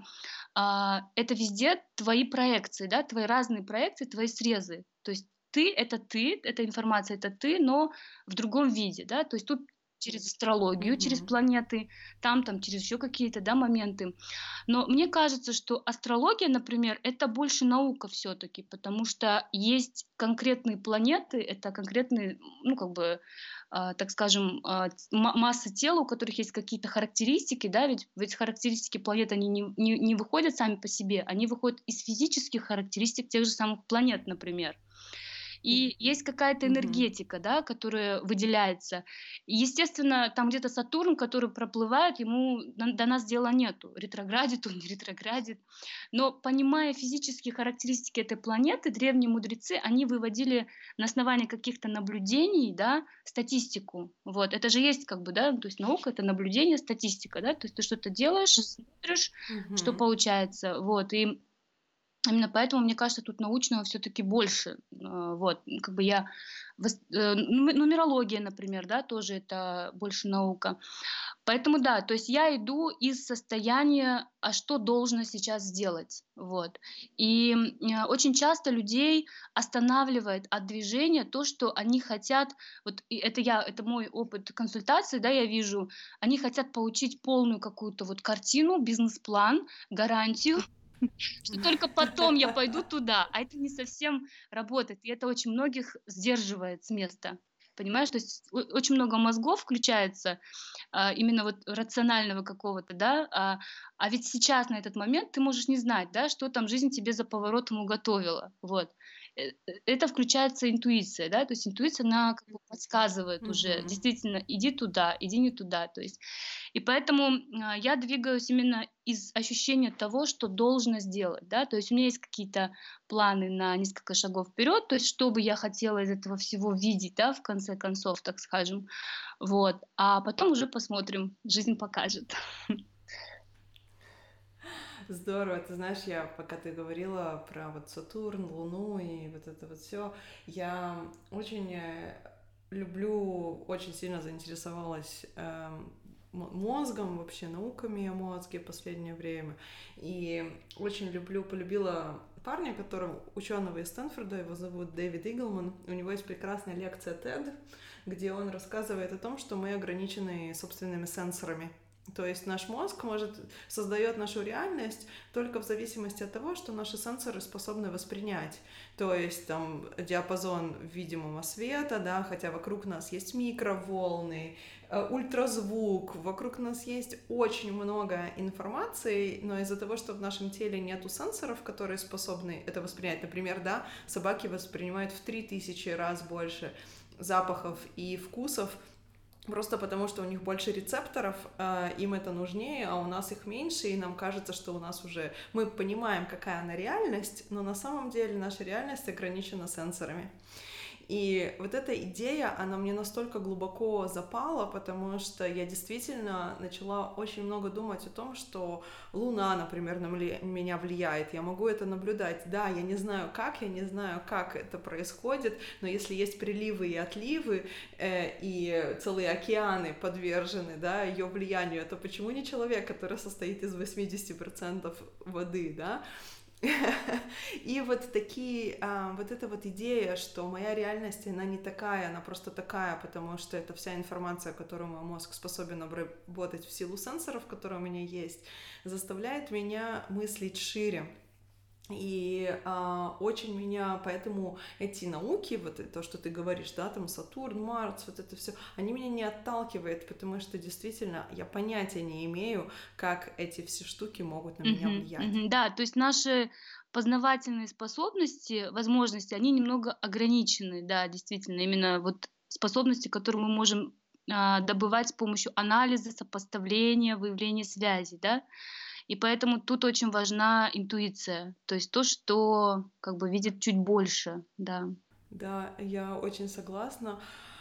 а, это везде твои проекции, да, твои разные проекции, твои срезы. То есть ты- это ты, эта информация- это ты, но в другом виде, да. То есть тут через астрологию, через
Мгм.
планеты, там там через еще какие-то, да, моменты. Но мне кажется, что астрология, например, это больше наука все-таки, потому что есть конкретные планеты, это конкретные, ну, как бы, а, так скажем, а, ц- ма- масса тела, у которых есть какие-то характеристики, да, ведь, ведь характеристики планет, они не, не, не выходят сами по себе, они выходят из физических характеристик тех же самых планет, например. И есть какая-то
Мгм.
энергетика, да, которая выделяется. И, естественно, там где-то Сатурн, который проплывает, ему на- до нас дела нету. Ретроградит он, не ретроградит. Но понимая физические характеристики этой планеты, древние мудрецы, они выводили на основании каких-то наблюдений, да, статистику. Вот. Это же есть как бы, да, то есть наука — это наблюдение, статистика, да, то есть ты что-то делаешь, смотришь, что
Мгм.
получается. Вот. И Именно поэтому, мне кажется, тут научного все-таки больше. А, Вот, как бы я... вос- э, нуме- Нумерология, например, да, тоже это больше наука. Поэтому да, то есть я иду из состояния, а что должно сейчас сделать, вот. И м, э, очень часто людей останавливает от движения то, что они хотят, вот и это я, это мой опыт консультации, да, я вижу, они хотят получить полную какую-то вот картину, бизнес-план, гарантию, что только потом я пойду туда, а это не совсем работает, и это очень многих сдерживает с места. Понимаешь, то есть о- очень много мозгов включается, а, именно вот рационального какого-то, да, а, а ведь сейчас на этот момент ты можешь не знать, да, что там жизнь тебе за поворотом уготовила, вот. Э, э, Это включается интуиция, да, то есть интуиция, она как бы подсказывает уже,
Мгм.
действительно, иди туда, иди не туда, то есть и поэтому, а, я двигаюсь именно из ощущения того, что должно сделать, да. То есть у меня есть какие-то планы на несколько шагов вперед, то есть что бы я хотела из этого всего видеть, да, в конце концов, так скажем. Вот. А потом уже посмотрим, жизнь покажет.
Здорово, ты знаешь, я пока ты говорила про вот Сатурн, Луну и вот это вот все, я очень э, люблю, очень сильно заинтересовалась эм, м- мозгом, вообще науками о мозге в последнее время. И очень люблю, полюбила парня, которого, ученого из Стэнфорда, его зовут Дэвид Иглман. У него есть прекрасная лекция TED, где он рассказывает о том, что мы ограничены собственными сенсорами. То есть наш мозг может создает нашу реальность только в зависимости от того, что наши сенсоры способны воспринять. То есть там диапазон видимого света, да, хотя вокруг нас есть микроволны, э, ультразвук, вокруг нас есть очень много информации, но из-за того, что в нашем теле нету сенсоров, которые способны это воспринять, например, да, собаки воспринимают в три тысячи раз больше запахов и вкусов, просто потому, что у них больше рецепторов, э, им это нужнее, а у нас их меньше, и нам кажется, что у нас уже... Мы понимаем, какая она реальность, но на самом деле наша реальность ограничена сенсорами. И вот эта идея, она мне настолько глубоко запала, потому что я действительно начала очень много думать о том, что Луна, например, на меня влияет. Я могу это наблюдать. Да, я не знаю как, я не знаю, как это происходит, но если есть приливы и отливы, э, и целые океаны подвержены, да, ее влиянию, то почему не человек, который состоит из восемьдесят процентов воды, да? И вот такие, а, вот эта вот идея, что моя реальность, она не такая, она просто такая, потому что это вся информация, которую мой мозг способен обработать в силу сенсоров, которые у меня есть, заставляет меня мыслить шире. И а, очень меня, поэтому эти науки, вот то, что ты говоришь, да, там Сатурн, Марс, вот это все, они меня не отталкивают, потому что действительно я понятия не имею, как эти все штуки могут на меня
Мгм,
влиять.
мгм. Да, то есть наши познавательные способности, возможности, они немного ограничены, да, действительно. Именно вот способности, которые мы можем, а, добывать с помощью анализа, сопоставления, выявления связей, да. И поэтому тут очень важна интуиция, то есть то, что как бы видит чуть больше, да.
Да, я очень согласна.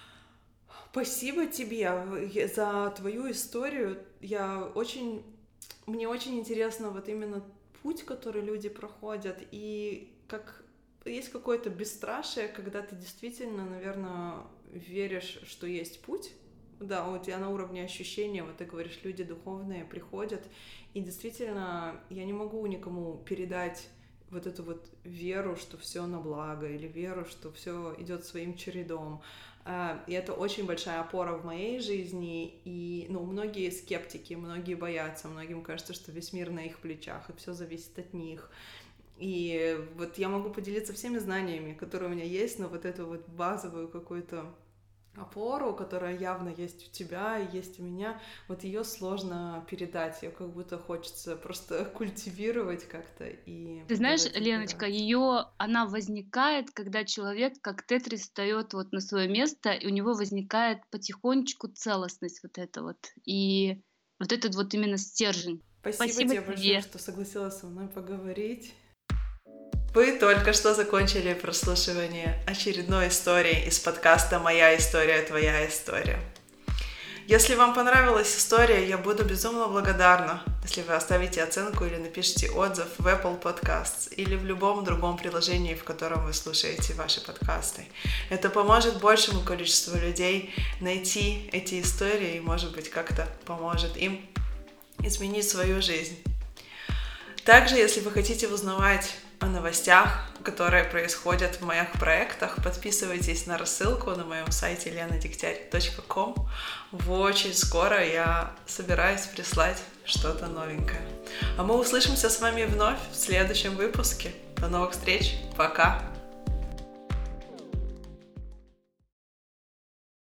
Спасибо тебе э, за твою историю. Я очень, мне очень интересно вот именно путь, который люди проходят, и как есть какое-то бесстрашие, когда ты действительно, наверное, веришь, что есть путь. Да, вот я на уровне ощущения, вот ты говоришь, люди духовные приходят, и действительно я не могу никому передать вот эту вот веру, что все на благо, или веру, что все идет своим чередом. А, И это очень большая опора в моей жизни, и, ну, многие скептики, многие боятся, многим кажется, что весь мир на их плечах, и все зависит от них. И вот я могу поделиться всеми знаниями, которые у меня есть, но вот эту вот базовую какую-то опору, которая явно есть у тебя и есть у меня, вот ее сложно передать, ее как будто хочется просто культивировать как-то и
Ты знаешь,
давать
Леночка,
разбираться.
ее она возникает, когда человек как тетрис встает вот на свое место, и у него возникает потихонечку целостность вот эта вот. И вот этот вот именно стержень.
Спасибо
Спасибо
тебе большое,
тебе.
что согласилась со мной поговорить. Вы только что закончили прослушивание очередной истории из подкаста «Моя история, твоя история». Если вам понравилась история, я буду безумно благодарна, если вы оставите оценку или напишите отзыв в Apple Podcasts или в любом другом приложении, в котором вы слушаете ваши подкасты. Это поможет большему количеству людей найти эти истории и, может быть, как-то поможет им изменить свою жизнь. Также, если вы хотите узнавать о новостях, которые происходят в моих проектах, подписывайтесь на рассылку на моем сайте лена дегтярь точка ком. Очень скоро я собираюсь прислать что-то новенькое. А мы услышимся с вами вновь в следующем выпуске. До новых встреч. Пока!